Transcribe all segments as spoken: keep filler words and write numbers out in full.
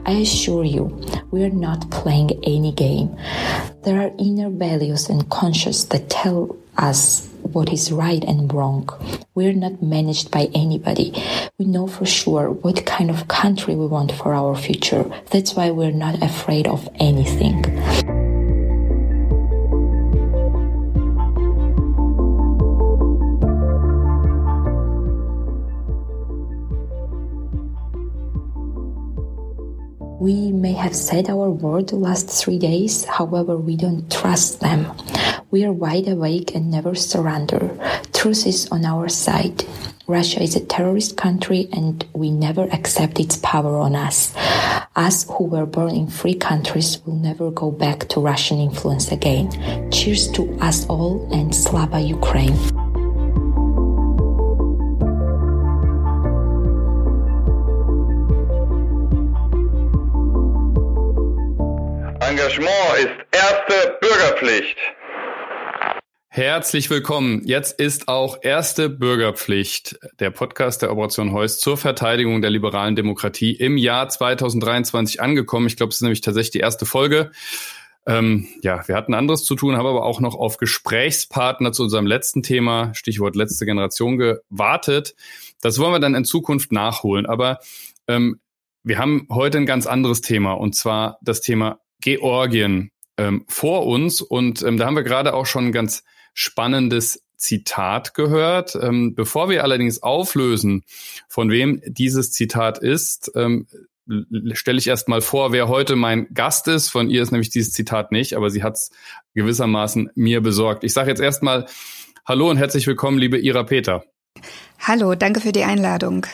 I assure you, we are not playing any game. There are inner values and conscience that tell us what is right and wrong. We are not managed by anybody. We know for sure what kind of country we want for our future. That's why we're not afraid of anything. We may have said our word the last three days, however, we don't trust them. We are wide awake and never surrender. Truth is on our side. Russia is a terrorist country and we never accept its power on us. Us who were born in free countries will never go back to Russian influence again. Cheers to us all and Slava Ukraine. Engagement ist erste Bürgerpflicht. Herzlich willkommen. Jetzt ist auch erste Bürgerpflicht, der Podcast der Operation Heust zur Verteidigung der liberalen Demokratie im Jahr zweitausenddreiundzwanzig angekommen. Ich glaube, es ist nämlich tatsächlich die erste Folge. Ähm, ja, wir hatten anderes zu tun, haben aber auch noch auf Gesprächspartner zu unserem letzten Thema, Stichwort letzte Generation, gewartet. Das wollen wir dann in Zukunft nachholen. Aber ähm, wir haben heute ein ganz anderes Thema, und zwar das Thema Georgien ähm, vor uns. Und ähm, da haben wir gerade auch schon ein ganz spannendes Zitat gehört. Ähm, bevor wir allerdings auflösen, von wem dieses Zitat ist, ähm, stelle ich erst mal vor, wer heute mein Gast ist. Von ihr ist nämlich dieses Zitat nicht, aber sie hat es gewissermaßen mir besorgt. Ich sage jetzt erstmal Hallo und herzlich willkommen, liebe Ira Peter. Hallo, danke für die Einladung.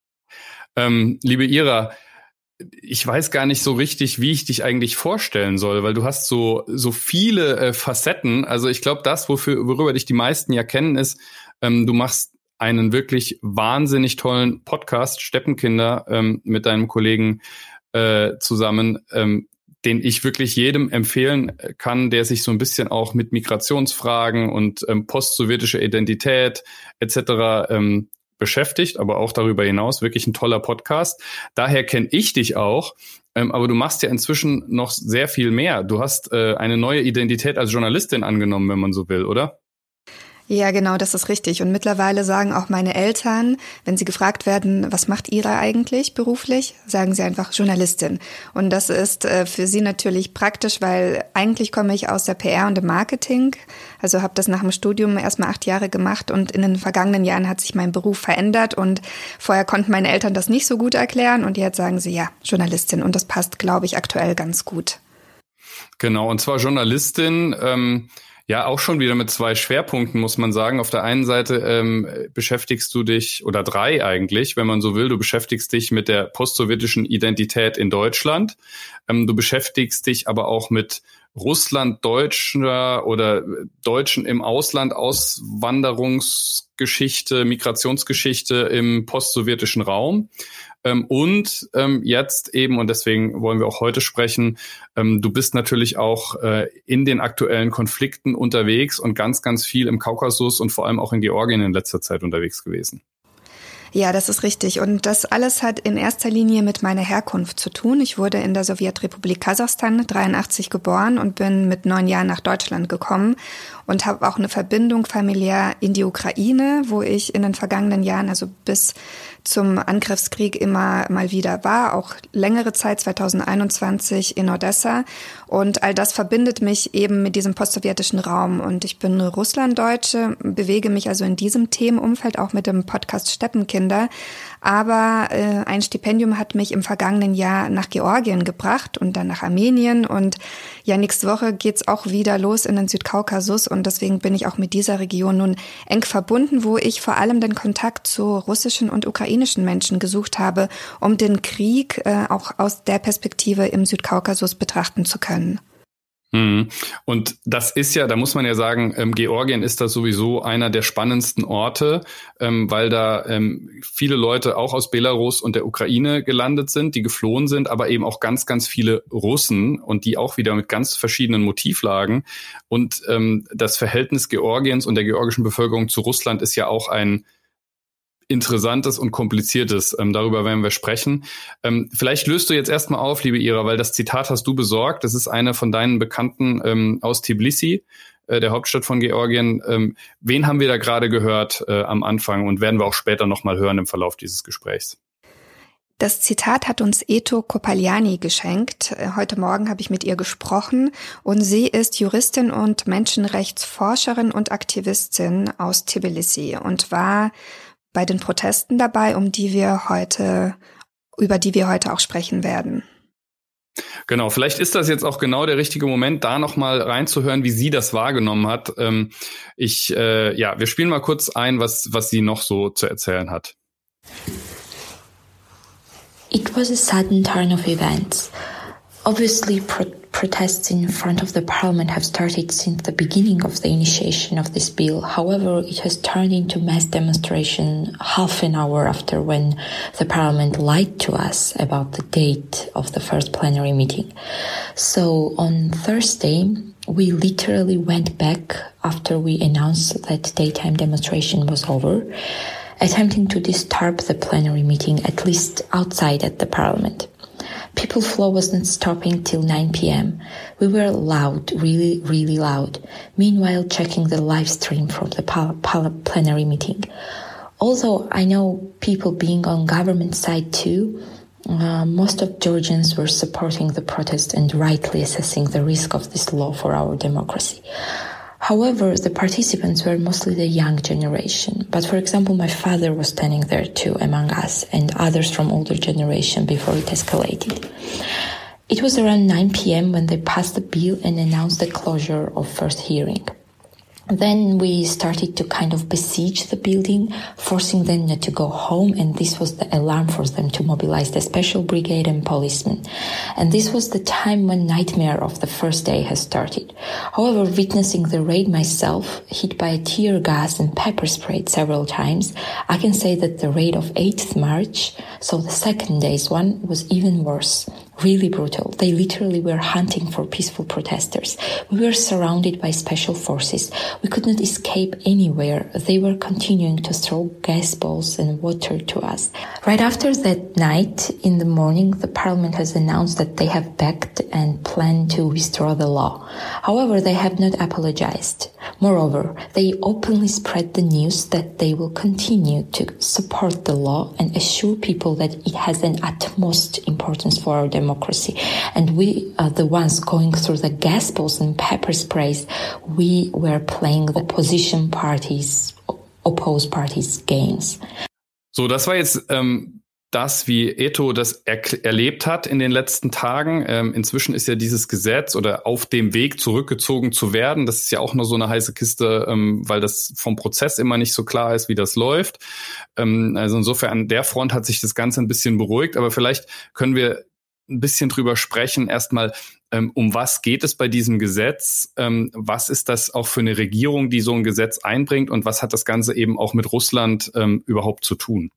Ähm, liebe Ira, ich weiß gar nicht so richtig, wie ich dich eigentlich vorstellen soll, weil du hast so so viele äh, Facetten. Also ich glaube, das, wofür, worüber dich die meisten ja kennen, ist, ähm, du machst einen wirklich wahnsinnig tollen Podcast, Steppenkinder, ähm, mit deinem Kollegen äh, zusammen, ähm, den ich wirklich jedem empfehlen kann, der sich so ein bisschen auch mit Migrationsfragen und ähm, postsowjetischer Identität et cetera ähm, beschäftigt, aber auch darüber hinaus wirklich ein toller Podcast. Daher kenne ich dich auch, ähm, aber du machst ja inzwischen noch sehr viel mehr. Du hast äh, eine neue Identität als Journalistin angenommen, wenn man so will, oder? Ja, genau, das ist richtig. Und mittlerweile sagen auch meine Eltern, wenn sie gefragt werden, was macht Ira eigentlich beruflich, sagen sie einfach Journalistin. Und das ist äh, für sie natürlich praktisch, weil eigentlich komme ich aus der P R und dem Marketing. Also habe das nach dem Studium erstmal acht Jahre gemacht und in den vergangenen Jahren hat sich mein Beruf verändert. Und vorher konnten meine Eltern das nicht so gut erklären und jetzt sagen sie, ja, Journalistin. Und das passt, glaube ich, aktuell ganz gut. Genau, und zwar Journalistin, ähm ja, auch schon wieder mit zwei Schwerpunkten, muss man sagen. Auf der einen Seite ähm, beschäftigst du dich, oder drei eigentlich, wenn man so will, du beschäftigst dich mit der postsowjetischen Identität in Deutschland. Ähm, du beschäftigst dich aber auch mit Russland-Deutscher oder Deutschen im Ausland, Auswanderungsgeschichte, Migrationsgeschichte im postsowjetischen Raum. Ähm, und ähm, jetzt eben, und deswegen wollen wir auch heute sprechen, ähm, du bist natürlich auch äh, in den aktuellen Konflikten unterwegs und ganz, ganz viel im Kaukasus und vor allem auch in Georgien in letzter Zeit unterwegs gewesen. Ja, das ist richtig. Und das alles hat in erster Linie mit meiner Herkunft zu tun. Ich wurde in der Sowjetrepublik Kasachstan dreiundachtzig geboren und bin mit neun Jahren nach Deutschland gekommen und habe auch eine Verbindung familiär in die Ukraine, wo ich in den vergangenen Jahren, also bis zum Angriffskrieg immer mal wieder war, auch längere Zeit, zweitausendeinundzwanzig in Odessa. Und all das verbindet mich eben mit diesem postsowjetischen Raum. Und ich bin Russlanddeutsche, bewege mich also in diesem Themenumfeld, auch mit dem Podcast Steppenkinder. Aber äh, ein Stipendium hat mich im vergangenen Jahr nach Georgien gebracht und dann nach Armenien. Und ja, nächste Woche geht's auch wieder los in den Südkaukasus. Und deswegen bin ich auch mit dieser Region nun eng verbunden, wo ich vor allem den Kontakt zu russischen und ukrainischen Menschen gesucht habe, um den Krieg äh, auch aus der Perspektive im Südkaukasus betrachten zu können. Und das ist ja, da muss man ja sagen, ähm, Georgien ist das sowieso einer der spannendsten Orte, ähm, weil da ähm, viele Leute auch aus Belarus und der Ukraine gelandet sind, die geflohen sind, aber eben auch ganz, ganz viele Russen und die auch wieder mit ganz verschiedenen Motivlagen. Und ähm, das Verhältnis Georgiens und der georgischen Bevölkerung zu Russland ist ja auch ein Interessantes und Kompliziertes. Ähm, darüber werden wir sprechen. Ähm, vielleicht löst du jetzt erstmal auf, liebe Ira, weil das Zitat hast du besorgt. Das ist eine von deinen Bekannten ähm, aus Tbilisi, äh, der Hauptstadt von Georgien. Ähm, wen haben wir da gerade gehört äh, am Anfang und werden wir auch später nochmal hören im Verlauf dieses Gesprächs? Das Zitat hat uns Eto Kopaliani geschenkt. Heute Morgen habe ich mit ihr gesprochen und sie ist Juristin und Menschenrechtsforscherin und Aktivistin aus Tbilisi und war bei den Protesten dabei, um die wir heute, über die wir heute auch sprechen werden. Genau, vielleicht ist das jetzt auch genau der richtige Moment, da nochmal reinzuhören, wie sie das wahrgenommen hat. Ähm, ich, äh, ja, wir spielen mal kurz ein, was, was sie noch so zu erzählen hat. It was a sudden turn of events. Obviously, pro- protests in front of the parliament have started since the beginning of the initiation of this bill. However, it has turned into mass demonstration half an hour after when the parliament lied to us about the date of the first plenary meeting. So on Thursday, we literally went back after we announced that daytime demonstration was over, attempting to disturb the plenary meeting, at least outside at the parliament. People flow wasn't stopping till nine p.m. We were loud, really, really loud. Meanwhile, checking the live stream from the pal- pal- plenary meeting. Although I know people being on government side too, uh, most of Georgians were supporting the protest and rightly assessing the risk of this law for our democracy. However, the participants were mostly the young generation. But for example, my father was standing there too among us and others from older generation before it escalated. It was around nine p.m. when they passed the bill and announced the closure of first hearing. Then we started to kind of besiege the building, forcing them not to go home, and this was the alarm for them to mobilize the special brigade and policemen. And this was the time when nightmare of the first day has started. However, witnessing the raid myself, hit by a tear gas and pepper sprayed several times, I can say that the raid of eighth March, so the second day's one, was even worse. Really brutal. They literally were hunting for peaceful protesters. We were surrounded by special forces. We could not escape anywhere. They were continuing to throw gas balls and water to us. Right after that night, in the morning, the parliament has announced that they have backed and plan to withdraw the law. However, they have not apologized. Moreover, they openly spread the news that they will continue to support the law and assure people that it has an utmost importance for our democracy. democracy. And we are the ones going through the gas balls and pepper sprays. We were playing the opposition parties, opposed parties' games. So, das war jetzt ähm, das, wie Eto das er- erlebt hat in den letzten Tagen. Ähm, inzwischen ist ja dieses Gesetz oder auf dem Weg zurückgezogen zu werden. Das ist ja auch noch so eine heiße Kiste, ähm, weil das vom Prozess immer nicht so klar ist, wie das läuft. Ähm, also insofern an der Front hat sich das Ganze ein bisschen beruhigt. Aber vielleicht können wir ein bisschen drüber sprechen. Erstmal, ähm, um was geht es bei diesem Gesetz? Ähm, was ist das auch für eine Regierung, die so ein Gesetz einbringt? Und was hat das Ganze eben auch mit Russland ähm, überhaupt zu tun?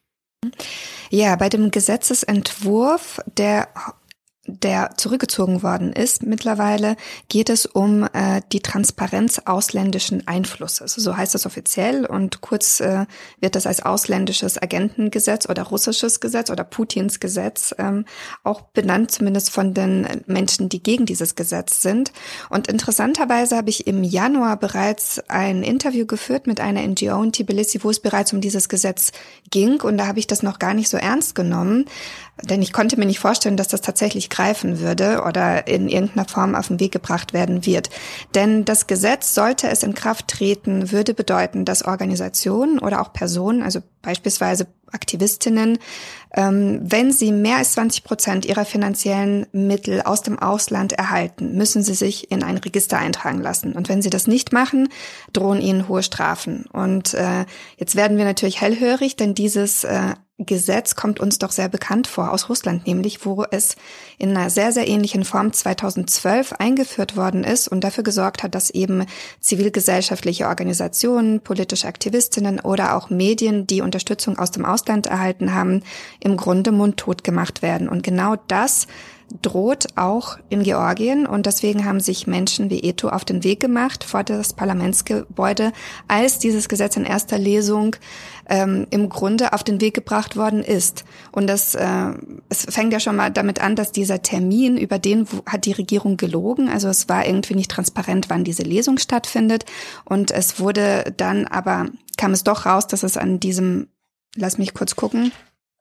Ja, bei dem Gesetzesentwurf, der der zurückgezogen worden ist, mittlerweile geht es um äh, die Transparenz ausländischen Einflusses. So heißt es offiziell und kurz äh, wird das als ausländisches Agentengesetz oder russisches Gesetz oder Putins Gesetz ähm, auch benannt, zumindest von den Menschen, die gegen dieses Gesetz sind. Und interessanterweise habe ich im Januar bereits ein Interview geführt mit einer N G O in Tbilisi, wo es bereits um dieses Gesetz ging und da habe ich das noch gar nicht so ernst genommen. Denn ich konnte mir nicht vorstellen, dass das tatsächlich greifen würde oder in irgendeiner Form auf den Weg gebracht werden wird. Denn das Gesetz, sollte es in Kraft treten, würde bedeuten, dass Organisationen oder auch Personen, also beispielsweise Aktivistinnen, ähm, wenn sie mehr als zwanzig Prozent ihrer finanziellen Mittel aus dem Ausland erhalten, müssen sie sich in ein Register eintragen lassen. Und wenn sie das nicht machen, drohen ihnen hohe Strafen. Und äh, jetzt werden wir natürlich hellhörig, denn dieses äh, Gesetz kommt uns doch sehr bekannt vor, aus Russland nämlich, wo es in einer sehr, sehr ähnlichen Form zweitausendzwölf eingeführt worden ist und dafür gesorgt hat, dass eben zivilgesellschaftliche Organisationen, politische Aktivistinnen oder auch Medien, die Unterstützung aus dem Ausland erhalten haben, im Grunde mundtot gemacht werden. Und genau das droht auch in Georgien und deswegen haben sich Menschen wie Eto auf den Weg gemacht vor das Parlamentsgebäude, als dieses Gesetz in erster Lesung ähm, im Grunde auf den Weg gebracht worden ist. Und das äh, es fängt ja schon mal damit an, dass dieser Termin, über den hat die Regierung gelogen, also es war irgendwie nicht transparent, wann diese Lesung stattfindet und es wurde dann aber, kam es doch raus, dass es an diesem, lass mich kurz gucken,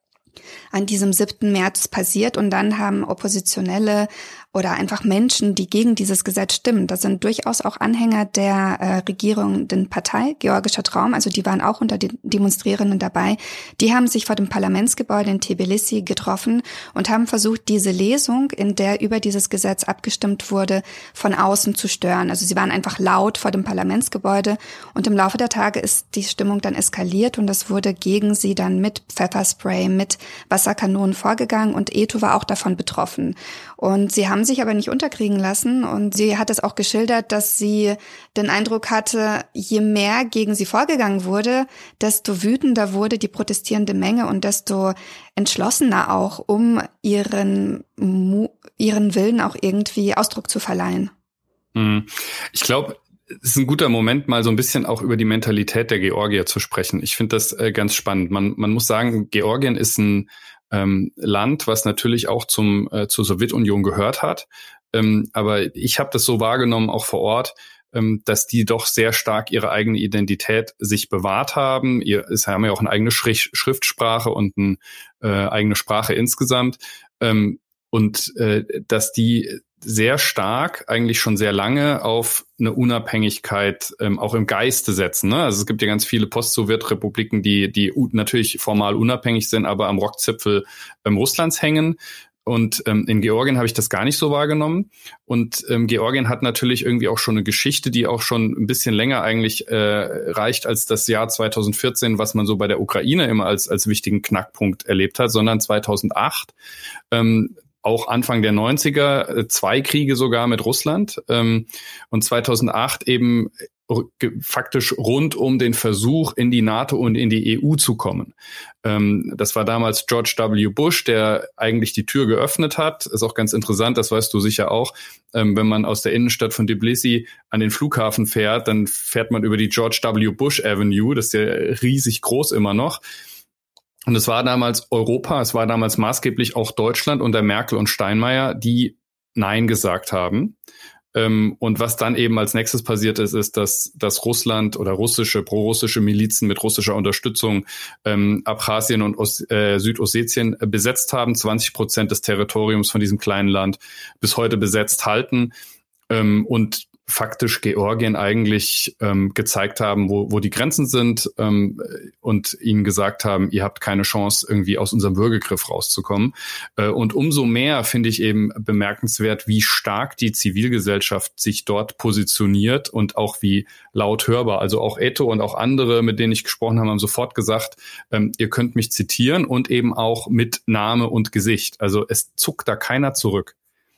an diesem siebten März passiert und dann haben Oppositionelle oder einfach Menschen, die gegen dieses Gesetz stimmen, das sind durchaus auch Anhänger der äh, regierenden Partei, Georgischer Traum, also die waren auch unter den Demonstrierenden dabei, die haben sich vor dem Parlamentsgebäude in Tbilisi getroffen und haben versucht, diese Lesung, in der über dieses Gesetz abgestimmt wurde, von außen zu stören. Also sie waren einfach laut vor dem Parlamentsgebäude und im Laufe der Tage ist die Stimmung dann eskaliert und es wurde gegen sie dann mit Pfefferspray, mit Wasserkanonen vorgegangen und Eto war auch davon betroffen. Und sie haben sich aber nicht unterkriegen lassen und sie hat es auch geschildert, dass sie den Eindruck hatte, je mehr gegen sie vorgegangen wurde, desto wütender wurde die protestierende Menge und desto entschlossener auch, um ihren, ihren Willen auch irgendwie Ausdruck zu verleihen. Ich glaube, es ist ein guter Moment, mal so ein bisschen auch über die Mentalität der Georgier zu sprechen. Ich finde das äh, ganz spannend. Man, man muss sagen, Georgien ist ein ähm, Land, was natürlich auch zum äh, zur Sowjetunion gehört hat. Ähm, aber ich habe das so wahrgenommen, auch vor Ort, ähm, dass die doch sehr stark ihre eigene Identität sich bewahrt haben. Ihr, es haben ja auch eine eigene Schrift, Schriftsprache und eine äh, eigene Sprache insgesamt. Ähm, und äh, dass die sehr stark, eigentlich schon sehr lange auf eine Unabhängigkeit ähm, auch im Geiste setzen. Ne? Also es gibt ja ganz viele Post-Sowjet-Republiken, die die u- natürlich formal unabhängig sind, aber am Rockzipfel ähm, Russlands hängen. Und ähm, in Georgien habe ich das gar nicht so wahrgenommen. Und ähm, Georgien hat natürlich irgendwie auch schon eine Geschichte, die auch schon ein bisschen länger eigentlich äh, reicht als das Jahr zweitausendvierzehn, was man so bei der Ukraine immer als als wichtigen Knackpunkt erlebt hat, sondern zweitausendacht. Ähm, auch Anfang der neunziger, zwei Kriege sogar mit Russland ähm, und zweitausendacht eben faktisch rund um den Versuch, in die NATO und in die E U zu kommen. Ähm, das war damals George W. Bush, der eigentlich die Tür geöffnet hat. Ist auch ganz interessant, das weißt du sicher auch. Ähm, wenn man aus der Innenstadt von Tbilisi an den Flughafen fährt, dann fährt man über die George W. Bush Avenue. Das ist ja riesig groß immer noch. Und es war damals Europa, es war damals maßgeblich auch Deutschland unter Merkel und Steinmeier, die Nein gesagt haben. Ähm, und was dann eben als nächstes passiert ist, ist, dass, dass Russland oder russische, prorussische Milizen mit russischer Unterstützung ähm, Abchasien und Os- äh, Südossetien besetzt haben, zwanzig Prozent des Territoriums von diesem kleinen Land bis heute besetzt halten. Ähm, und faktisch Georgien eigentlich ähm, gezeigt haben, wo, wo die Grenzen sind ähm, und ihnen gesagt haben, ihr habt keine Chance, irgendwie aus unserem Würgegriff rauszukommen. Äh, und umso mehr finde ich eben bemerkenswert, wie stark die Zivilgesellschaft sich dort positioniert und auch wie laut hörbar. Also auch Eto und auch andere, mit denen ich gesprochen habe, haben sofort gesagt, ähm, ihr könnt mich zitieren und eben auch mit Name und Gesicht. Also es zuckt da keiner zurück.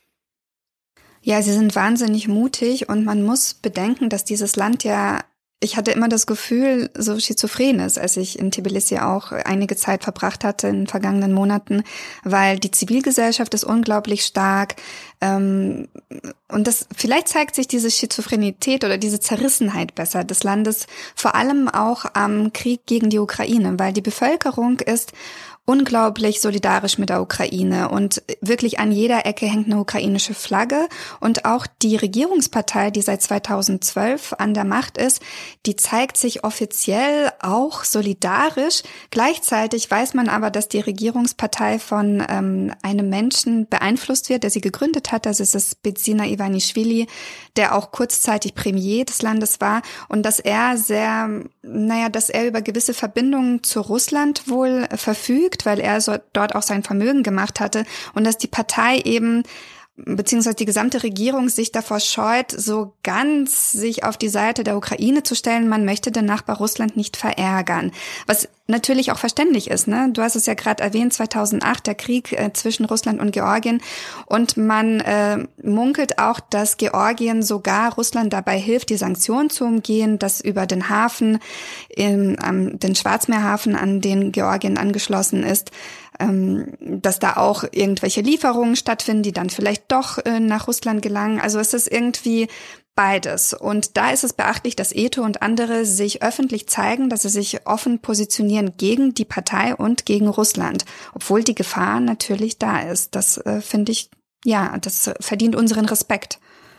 Ja, sie sind wahnsinnig mutig und man muss bedenken, dass dieses Land ja, ich hatte immer das Gefühl, so schizophren ist, als ich in Tbilisi auch einige Zeit verbracht hatte in den vergangenen Monaten, weil die Zivilgesellschaft ist unglaublich stark ähm, und das vielleicht zeigt sich diese Schizophrenität oder diese Zerrissenheit besser des Landes, vor allem auch am Krieg gegen die Ukraine, weil die Bevölkerung ist unglaublich solidarisch mit der Ukraine und wirklich an jeder Ecke hängt eine ukrainische Flagge und auch die Regierungspartei, die seit zweitausendzwölf an der Macht ist, die zeigt sich offiziell auch solidarisch. Gleichzeitig weiß man aber, dass die Regierungspartei von ähm, einem Menschen beeinflusst wird, der sie gegründet hat, das ist das Bidzina Ivanischvili, der auch kurzzeitig Premier des Landes war und dass er sehr, naja, dass er über gewisse Verbindungen zu Russland wohl verfügt, weil er so dort auch sein Vermögen gemacht hatte und dass die Partei eben beziehungsweise die gesamte Regierung sich davor scheut, so ganz sich auf die Seite der Ukraine zu stellen. Man möchte den Nachbar Russland nicht verärgern. Was natürlich auch verständlich ist, ne? Du hast es ja gerade erwähnt, zweitausendacht, der Krieg äh, zwischen Russland und Georgien. Und man äh, munkelt auch, dass Georgien sogar Russland dabei hilft, die Sanktionen zu umgehen, dass über den Hafen, im, ähm, den Schwarzmeerhafen, an den Georgien angeschlossen ist, ähm, dass da auch irgendwelche Lieferungen stattfinden, die dann vielleicht doch äh, nach Russland gelangen. Also es ist irgendwie beides. Und da ist es beachtlich, dass Eto und andere sich öffentlich zeigen, dass sie sich offen positionieren gegen die Partei und gegen Russland, obwohl die Gefahr natürlich da ist. Das äh, finde ich, ja, das verdient unseren Respekt.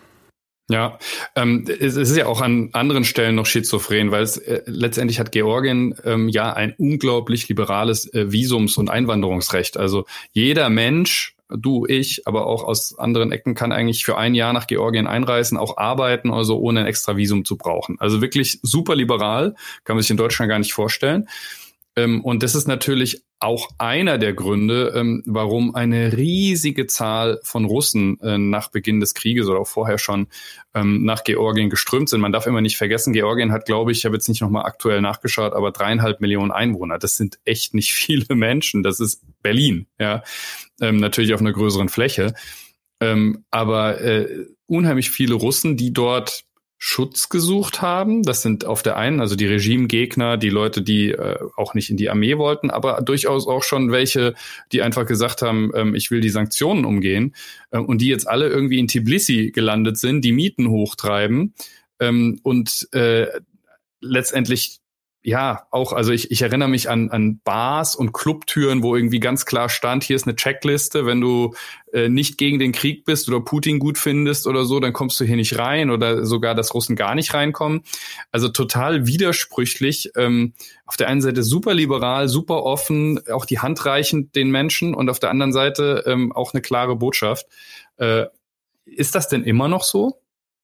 Ja, ähm, es, es ist ja auch an anderen Stellen noch schizophren, weil es äh, letztendlich hat Georgien ähm, ja ein unglaublich liberales äh, Visums- und Einwanderungsrecht. Also jeder Mensch, du, ich, aber auch aus anderen Ecken kann eigentlich für ein Jahr nach Georgien einreisen, auch arbeiten oder so, ohne ein extra Visum zu brauchen. Also wirklich super liberal, kann man sich in Deutschland gar nicht vorstellen. Ähm, und das ist natürlich auch einer der Gründe, ähm, warum eine riesige Zahl von Russen äh, nach Beginn des Krieges oder auch vorher schon ähm, nach Georgien geströmt sind. Man darf immer nicht vergessen, Georgien hat, glaube ich, ich habe jetzt nicht nochmal aktuell nachgeschaut, aber dreieinhalb Millionen Einwohner. Das sind echt nicht viele Menschen. Das ist Berlin, ja, ähm, natürlich auf einer größeren Fläche. Ähm, aber äh, unheimlich viele Russen, die dort Schutz gesucht haben. Das sind auf der einen, also die Regimegegner, die Leute, die äh, auch nicht in die Armee wollten, aber durchaus auch schon welche, die einfach gesagt haben, ähm, ich will die Sanktionen umgehen äh, und die jetzt alle irgendwie in Tbilisi gelandet sind, die Mieten hochtreiben ähm, und äh, letztendlich ja, auch, also ich, ich erinnere mich an, an Bars und Clubtüren, wo irgendwie ganz klar stand, hier ist eine Checkliste, wenn du äh, nicht gegen den Krieg bist oder Putin gut findest oder so, dann kommst du hier nicht rein oder sogar, dass Russen gar nicht reinkommen. Also total widersprüchlich. Ähm, auf der einen Seite super liberal, super offen, auch die Hand reichend den Menschen und auf der anderen Seite ähm, auch eine klare Botschaft. Äh, ist das denn immer noch so?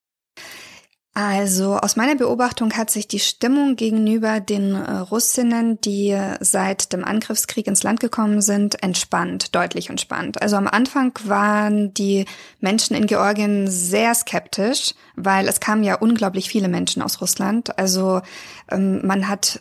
Also aus meiner Beobachtung hat sich die Stimmung gegenüber den äh, Russinnen, die seit dem Angriffskrieg ins Land gekommen sind, entspannt, deutlich entspannt. Also am Anfang waren die Menschen in Georgien sehr skeptisch, weil es kamen ja unglaublich viele Menschen aus Russland. Also ähm, man hat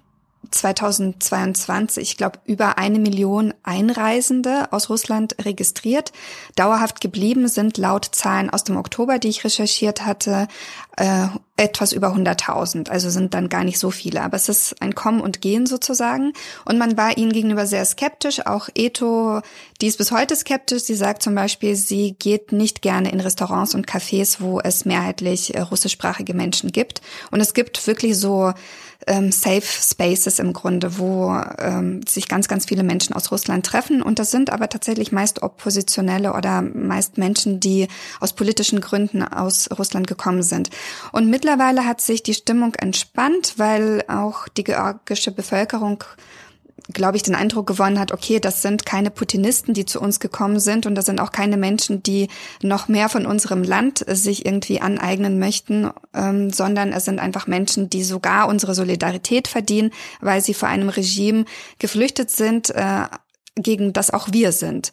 zweitausendzweiundzwanzig, ich glaube, über eine Million Einreisende aus Russland registriert. Dauerhaft geblieben sind laut Zahlen aus dem Oktober, die ich recherchiert hatte, äh, etwas über hunderttausend. Also sind dann gar nicht so viele. Aber es ist ein Kommen und Gehen sozusagen. Und man war ihnen gegenüber sehr skeptisch. Auch Eto, die ist bis heute skeptisch. Sie sagt zum Beispiel, sie geht nicht gerne in Restaurants und Cafés, wo es mehrheitlich äh, russischsprachige Menschen gibt. Und es gibt wirklich so ähm, Safe Spaces im Grunde, wo ähm, sich ganz, ganz viele Menschen aus Russland treffen. Und das sind aber tatsächlich meist Oppositionelle oder meist Menschen, die aus politischen Gründen aus Russland gekommen sind. Und mittlerweile hat sich die Stimmung entspannt, weil auch die georgische Bevölkerung, glaube ich, den Eindruck gewonnen hat, okay, das sind keine Putinisten, die zu uns gekommen sind und das sind auch keine Menschen, die noch mehr von unserem Land sich irgendwie aneignen möchten, ähm, sondern es sind einfach Menschen, die sogar unsere Solidarität verdienen, weil sie vor einem Regime geflüchtet sind, äh, gegen das auch wir sind.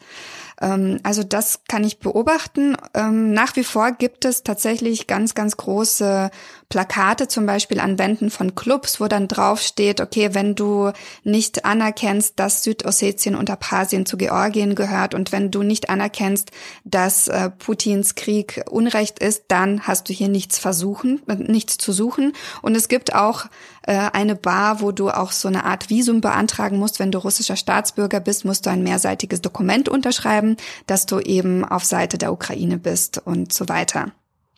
Also das kann ich beobachten. Nach wie vor gibt es tatsächlich ganz, ganz große Plakate, zum Beispiel an Wänden von Clubs, wo dann drauf steht, okay, wenn du nicht anerkennst, dass Südossetien und Abchasien zu Georgien gehört und wenn du nicht anerkennst, dass äh, Putins Krieg Unrecht ist, dann hast du hier nichts versuchen, nichts zu suchen. Und es gibt auch äh, eine Bar, wo du auch so eine Art Visum beantragen musst. Wenn du russischer Staatsbürger bist, musst du ein mehrseitiges Dokument unterschreiben, dass du eben auf Seite der Ukraine bist und so weiter.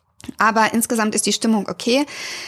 Aber insgesamt ist die Stimmung okay.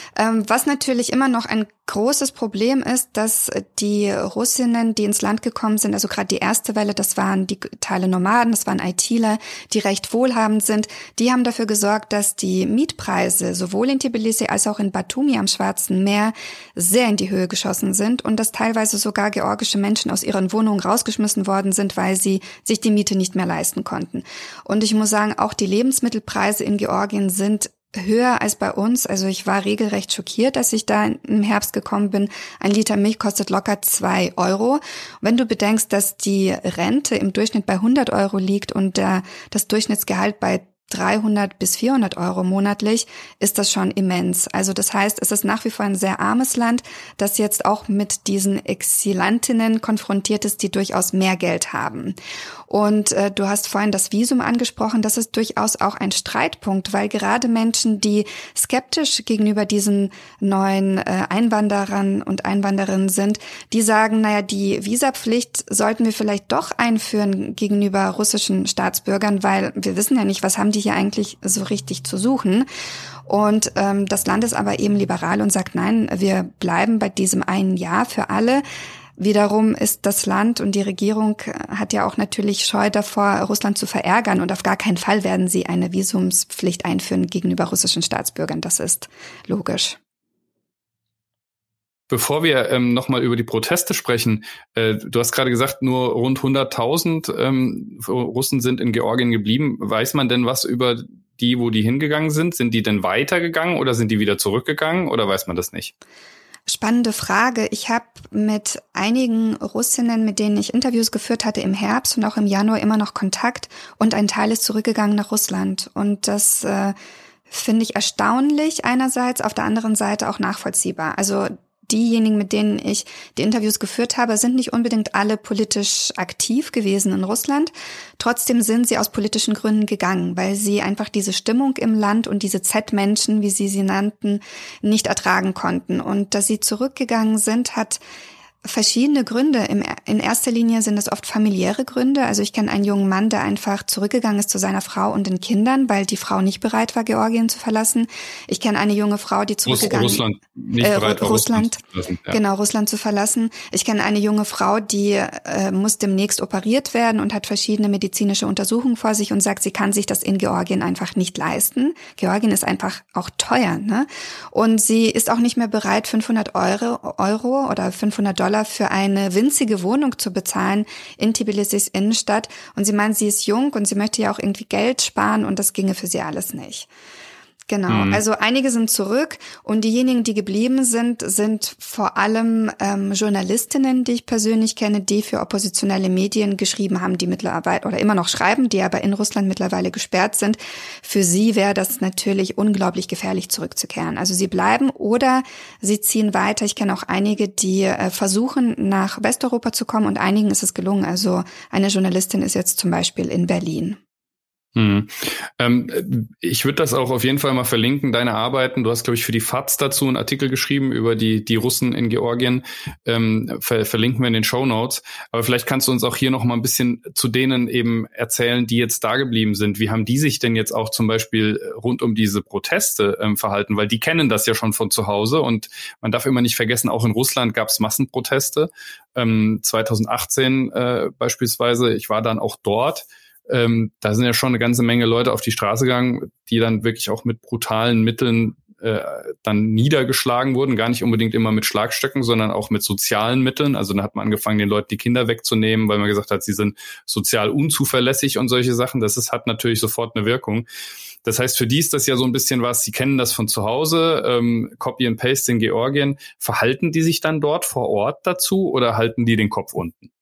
Was natürlich immer noch ein großes Problem ist, dass die Russinnen, die ins Land gekommen sind, also gerade die erste Welle, das waren digitale Nomaden, das waren ITler, die recht wohlhabend sind, die haben dafür gesorgt, dass die Mietpreise sowohl in Tbilisi als auch in Batumi am Schwarzen Meer sehr in die Höhe geschossen sind und dass teilweise sogar georgische Menschen aus ihren Wohnungen rausgeschmissen worden sind, weil sie sich die Miete nicht mehr leisten konnten. Und ich muss sagen, auch die Lebensmittelpreise in Georgien sind höher als bei uns. Also ich war regelrecht schockiert, als ich da im Herbst gekommen bin. Ein Liter Milch kostet locker zwei Euro. Wenn du bedenkst, dass die Rente im Durchschnitt bei hundert Euro liegt und der, das Durchschnittsgehalt bei dreihundert bis vierhundert Euro monatlich, ist das schon immens. Also das heißt, es ist nach wie vor ein sehr armes Land, das jetzt auch mit diesen Exilantinnen konfrontiert ist, die durchaus mehr Geld haben. Und äh, du hast vorhin das Visum angesprochen, das ist durchaus auch ein Streitpunkt, weil gerade Menschen, die skeptisch gegenüber diesen neuen äh, Einwanderern und Einwanderinnen sind, die sagen, naja, die Visapflicht sollten wir vielleicht doch einführen gegenüber russischen Staatsbürgern, weil wir wissen ja nicht, was haben die hier eigentlich so richtig zu suchen. Und ähm, das Land ist aber eben liberal und sagt, nein, wir bleiben bei diesem einen Jahr für alle. Wiederum ist das Land und die Regierung hat ja auch natürlich Scheu davor, Russland zu verärgern. Und auf gar keinen Fall werden sie eine Visumspflicht einführen gegenüber russischen Staatsbürgern. Das ist logisch. Bevor wir ähm, nochmal über die Proteste sprechen, äh, du hast gerade gesagt, nur rund hunderttausend ähm, Russen sind in Georgien geblieben. Weiß man denn was über die, wo die hingegangen sind? Sind die denn weitergegangen oder sind die wieder zurückgegangen oder weiß man das nicht? Spannende Frage. Ich habe mit einigen Russinnen, mit denen ich Interviews geführt hatte im Herbst und auch im Januar immer noch Kontakt und ein Teil ist zurückgegangen nach Russland. Und das äh, finde ich erstaunlich einerseits, auf der anderen Seite auch nachvollziehbar. Also diejenigen, mit denen ich die Interviews geführt habe, sind nicht unbedingt alle politisch aktiv gewesen in Russland. Trotzdem sind sie aus politischen Gründen gegangen, weil sie einfach diese Stimmung im Land und diese Z-Menschen, wie sie sie nannten, nicht ertragen konnten. Und dass sie zurückgegangen sind, hat verschiedene Gründe. In erster Linie sind es oft familiäre Gründe. Also ich kenne einen jungen Mann, der einfach zurückgegangen ist zu seiner Frau und den Kindern, weil die Frau nicht bereit war, Georgien zu verlassen. Ich kenne eine junge Frau, die zurückgegangen ist. Russland nicht äh, bereit war, Russland, Russland zu verlassen. Ja. Genau, Russland zu verlassen. Ich kenne eine junge Frau, die äh, muss demnächst operiert werden und hat verschiedene medizinische Untersuchungen vor sich und sagt, sie kann sich das in Georgien einfach nicht leisten. Georgien ist einfach auch teuer, ne? Und sie ist auch nicht mehr bereit, fünfhundert Euro, Euro oder fünfhundert Dollar für eine winzige Wohnung zu bezahlen in Tbilisis Innenstadt. Und sie meint, sie ist jung und sie möchte ja auch irgendwie Geld sparen und das ginge für sie alles nicht. Genau, mhm. Also einige sind zurück und diejenigen, die geblieben sind, sind vor allem ähm, Journalistinnen, die ich persönlich kenne, die für oppositionelle Medien geschrieben haben, die mittlerweile oder immer noch schreiben, die aber in Russland mittlerweile gesperrt sind. Für sie wäre das natürlich unglaublich gefährlich, zurückzukehren. Also sie bleiben oder sie ziehen weiter. Ich kenne auch einige, die äh, versuchen, nach Westeuropa zu kommen und einigen ist es gelungen. Also eine Journalistin ist jetzt zum Beispiel in Berlin. Hm. Ähm, ich würde das auch auf jeden Fall mal verlinken, deine Arbeiten. Du hast, glaube ich, für die F A Z dazu einen Artikel geschrieben über die die Russen in Georgien. Ähm, ver- verlinken wir in den Shownotes. Aber vielleicht kannst du uns auch hier noch mal ein bisschen zu denen eben erzählen, die jetzt da geblieben sind. Wie haben die sich denn jetzt auch zum Beispiel rund um diese Proteste ähm, verhalten? Weil die kennen das ja schon von zu Hause. Und man darf immer nicht vergessen, auch in Russland gab es Massenproteste. Ähm, zwanzig achtzehn äh, beispielsweise. Ich war dann auch dort. Ähm, da sind ja schon eine ganze Menge Leute auf die Straße gegangen, die dann wirklich auch mit brutalen Mitteln äh, dann niedergeschlagen wurden. Gar nicht unbedingt immer mit Schlagstöcken, sondern auch mit sozialen Mitteln. Also da hat man angefangen, den Leuten die Kinder wegzunehmen, weil man gesagt hat, sie sind sozial unzuverlässig und solche Sachen. Das ist, hat natürlich sofort eine Wirkung. Das heißt, für die ist das ja so ein bisschen was, sie kennen das von zu Hause, ähm, Copy and Paste in Georgien. Verhalten die sich dann dort vor Ort dazu oder halten die den Kopf unten?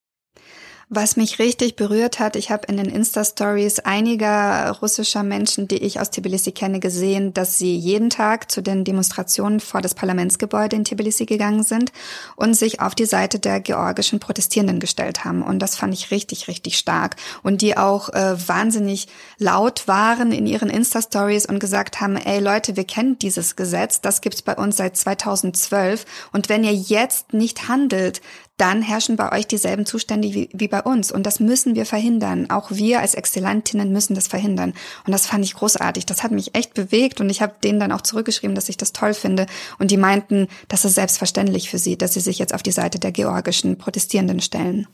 Was mich richtig berührt hat, ich habe in den Insta-Stories einiger russischer Menschen, die ich aus Tbilisi kenne, gesehen, dass sie jeden Tag zu den Demonstrationen vor das Parlamentsgebäude in Tbilisi gegangen sind und sich auf die Seite der georgischen Protestierenden gestellt haben. Und das fand ich richtig, richtig stark. Und die auch äh, wahnsinnig laut waren in ihren Insta-Stories und gesagt haben, ey Leute, wir kennen dieses Gesetz, das gibt's bei uns seit zweitausendzwölf. Und wenn ihr jetzt nicht handelt, dann herrschen bei euch dieselben Zustände wie, wie bei uns. Und das müssen wir verhindern. Auch wir als Exzellentinnen müssen das verhindern. Und das fand ich großartig. Das hat mich echt bewegt. Und ich habe denen dann auch zurückgeschrieben, dass ich das toll finde. Und die meinten, das ist selbstverständlich für sie, dass sie sich jetzt auf die Seite der georgischen Protestierenden stellen.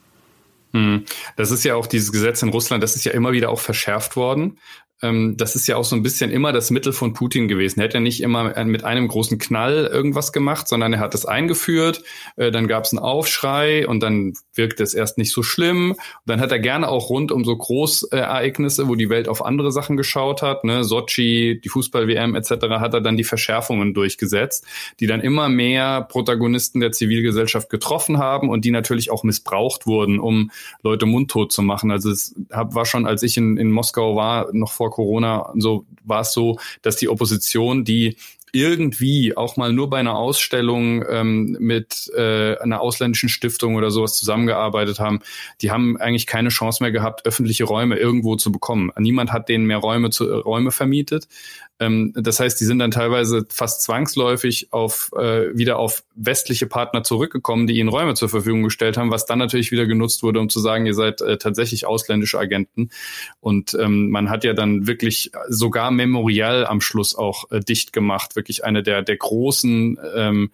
Das ist ja auch dieses Gesetz in Russland, das ist ja immer wieder auch verschärft worden. Das ist ja auch so ein bisschen immer das Mittel von Putin gewesen. Er hat ja nicht immer mit einem großen Knall irgendwas gemacht, sondern er hat es eingeführt, dann gab es einen Aufschrei und dann wirkte es erst nicht so schlimm. Und dann hat er gerne auch rund um so Großereignisse, wo die Welt auf andere Sachen geschaut hat, ne, Sochi, die Fußball-W M et cetera, hat er dann die Verschärfungen durchgesetzt, die dann immer mehr Protagonisten der Zivilgesellschaft getroffen haben und die natürlich auch missbraucht wurden, um Leute mundtot zu machen. Also es war schon, als ich in, in Moskau war, noch vor Corona und so war es so, dass die Opposition, die irgendwie auch mal nur bei einer Ausstellung ähm, mit äh, einer ausländischen Stiftung oder sowas zusammengearbeitet haben, die haben eigentlich keine Chance mehr gehabt, öffentliche Räume irgendwo zu bekommen. Niemand hat denen mehr Räume zu, äh, Räume vermietet. Ähm, das heißt, die sind dann teilweise fast zwangsläufig auf äh, wieder auf westliche Partner zurückgekommen, die ihnen Räume zur Verfügung gestellt haben, was dann natürlich wieder genutzt wurde, um zu sagen, ihr seid äh, tatsächlich ausländische Agenten. Und ähm, man hat ja dann wirklich sogar Memorial am Schluss auch äh, dicht gemacht, wirklich eine der der großen ähm,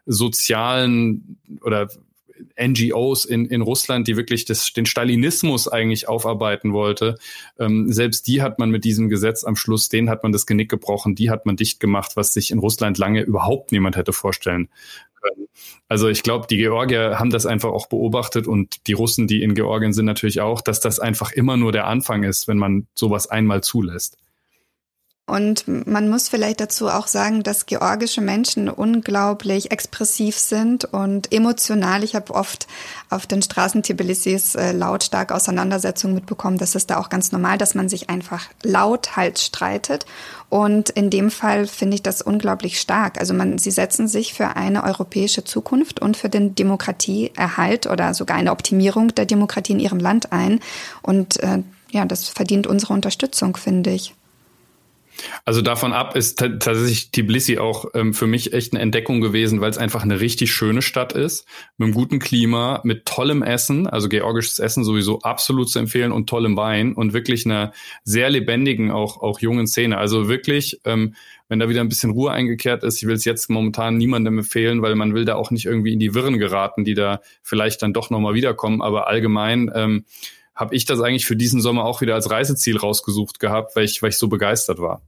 sozialen oder N G Os in in Russland, die wirklich das, den Stalinismus eigentlich aufarbeiten wollte. Ähm, selbst die hat man mit diesem Gesetz am Schluss, denen hat man das Genick gebrochen, die hat man dicht gemacht, was sich in Russland lange überhaupt niemand hätte vorstellen können. Also ich glaube, die Georgier haben das einfach auch beobachtet und die Russen, die in Georgien sind, natürlich auch, dass das einfach immer nur der Anfang ist, wenn man sowas einmal zulässt. Und man muss vielleicht dazu auch sagen, dass georgische Menschen unglaublich expressiv sind und emotional. Ich habe oft auf den Straßen Tbilisis äh, lautstark Auseinandersetzungen mitbekommen. Das ist da auch ganz normal, dass man sich einfach lauthals streitet. Und in dem Fall finde ich das unglaublich stark. Also man, sie setzen sich für eine europäische Zukunft und für den Demokratieerhalt oder sogar eine Optimierung der Demokratie in ihrem Land ein. Und äh, ja, das verdient unsere Unterstützung, finde ich. Also davon ab ist t- tatsächlich Tbilisi auch ähm, für mich echt eine Entdeckung gewesen, weil es einfach eine richtig schöne Stadt ist, mit einem guten Klima, mit tollem Essen, also georgisches Essen sowieso absolut zu empfehlen und tollem Wein und wirklich einer sehr lebendigen, auch auch jungen Szene. Also wirklich, ähm, wenn da wieder ein bisschen Ruhe eingekehrt ist, ich will es jetzt momentan niemandem empfehlen, weil man will da auch nicht irgendwie in die Wirren geraten, die da vielleicht dann doch nochmal wiederkommen, aber allgemein ähm, habe ich das eigentlich für diesen Sommer auch wieder als Reiseziel rausgesucht gehabt, weil ich, weil ich so begeistert war.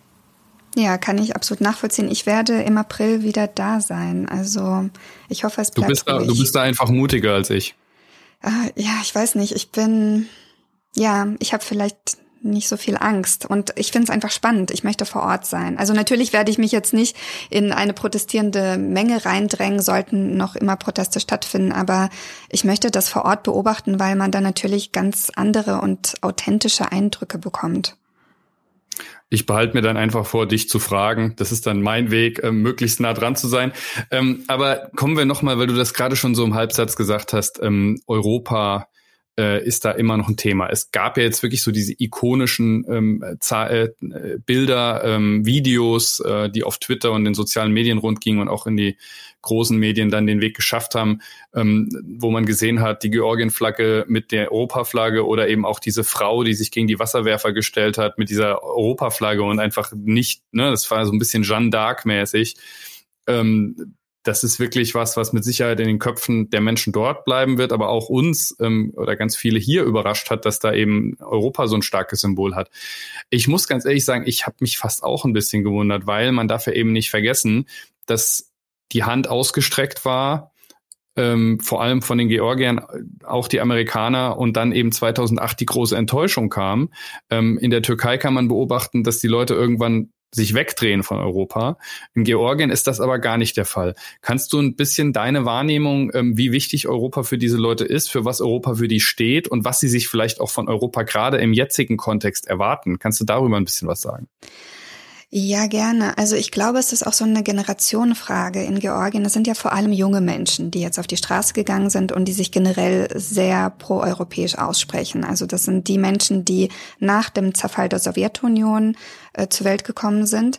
Ja, kann ich absolut nachvollziehen. Ich werde im April wieder da sein. Also ich hoffe, es bleibt du bist da, ruhig. Du bist da einfach mutiger als ich. Äh, ja, ich weiß nicht. Ich bin, ja, ich habe vielleicht nicht so viel Angst. Und ich finde es einfach spannend. Ich möchte vor Ort sein. Also natürlich werde ich mich jetzt nicht in eine protestierende Menge reindrängen, sollten noch immer Proteste stattfinden. Aber ich möchte das vor Ort beobachten, weil man dann natürlich ganz andere und authentische Eindrücke bekommt. Ich behalte mir dann einfach vor, dich zu fragen. Das ist dann mein Weg, ähm, möglichst nah dran zu sein. Ähm, aber kommen wir nochmal, weil du das gerade schon so im Halbsatz gesagt hast, ähm, Europa äh, ist da immer noch ein Thema. Es gab ja jetzt wirklich so diese ikonischen ähm, Z- äh, Bilder, ähm, Videos, äh, die auf Twitter und den sozialen Medien rundgingen und auch in die großen Medien dann den Weg geschafft haben, ähm, wo man gesehen hat, die Georgien-Flagge mit der Europaflagge oder eben auch diese Frau, die sich gegen die Wasserwerfer gestellt hat mit dieser Europaflagge und einfach nicht, ne, das war so ein bisschen Jeanne d'Arc-mäßig. Ähm, das ist wirklich was, was mit Sicherheit in den Köpfen der Menschen dort bleiben wird, aber auch uns ähm, oder ganz viele hier überrascht hat, dass da eben Europa so ein starkes Symbol hat. Ich muss ganz ehrlich sagen, ich habe mich fast auch ein bisschen gewundert, weil man darf ja eben nicht vergessen, dass die Hand ausgestreckt war, ähm, vor allem von den Georgiern, auch die Amerikaner und dann eben zweitausendacht die große Enttäuschung kam. Ähm, in der Türkei kann man beobachten, dass die Leute irgendwann sich wegdrehen von Europa. In Georgien ist das aber gar nicht der Fall. Kannst du ein bisschen deine Wahrnehmung, ähm, wie wichtig Europa für diese Leute ist, für was Europa für die steht und was sie sich vielleicht auch von Europa gerade im jetzigen Kontext erwarten? Kannst du darüber ein bisschen was sagen? Ja, gerne. Also ich glaube, es ist auch so eine Generationenfrage in Georgien. Es sind ja vor allem junge Menschen, die jetzt auf die Straße gegangen sind und die sich generell sehr proeuropäisch aussprechen. Also das sind die Menschen, die nach dem Zerfall der Sowjetunion äh, zur Welt gekommen sind.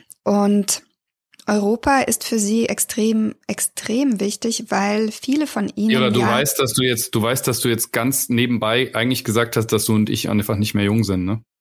Und Europa ist für sie extrem, extrem wichtig, weil viele von ihnen. Ira, du ja, weißt, dass du jetzt, du weißt, dass du jetzt ganz nebenbei eigentlich gesagt hast, dass du und ich einfach nicht mehr jung sind, ne?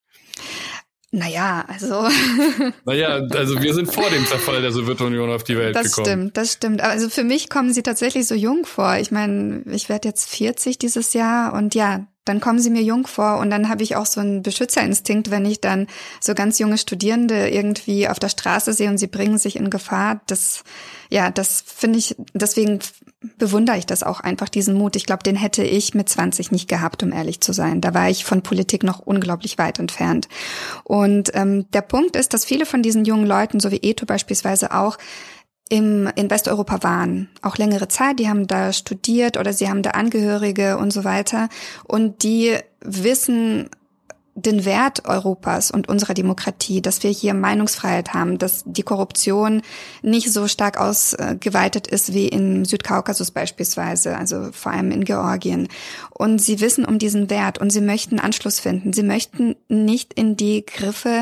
Naja, also. Naja, also wir sind vor dem Zerfall der Sowjetunion auf die Welt das gekommen. Das stimmt, das stimmt. Also für mich kommen sie tatsächlich so jung vor. Ich meine, ich werde jetzt vierzig dieses Jahr und ja, dann kommen sie mir jung vor und dann habe ich auch so einen Beschützerinstinkt, wenn ich dann so ganz junge Studierende irgendwie auf der Straße sehe und sie bringen sich in Gefahr. Das, ja, das finde ich, deswegen bewundere ich das auch einfach, diesen Mut. Ich glaube, den hätte ich mit zwanzig nicht gehabt, um ehrlich zu sein. Da war ich von Politik noch unglaublich weit entfernt. Und ähm, der Punkt ist, dass viele von diesen jungen Leuten, so wie Eto beispielsweise auch, im in Westeuropa waren, auch längere Zeit, die haben da studiert oder sie haben da Angehörige und so weiter und die wissen den Wert Europas und unserer Demokratie, dass wir hier Meinungsfreiheit haben, dass die Korruption nicht so stark ausgeweitet ist wie im Südkaukasus beispielsweise, also vor allem in Georgien. Und sie wissen um diesen Wert und sie möchten Anschluss finden. Sie möchten nicht in die Griffe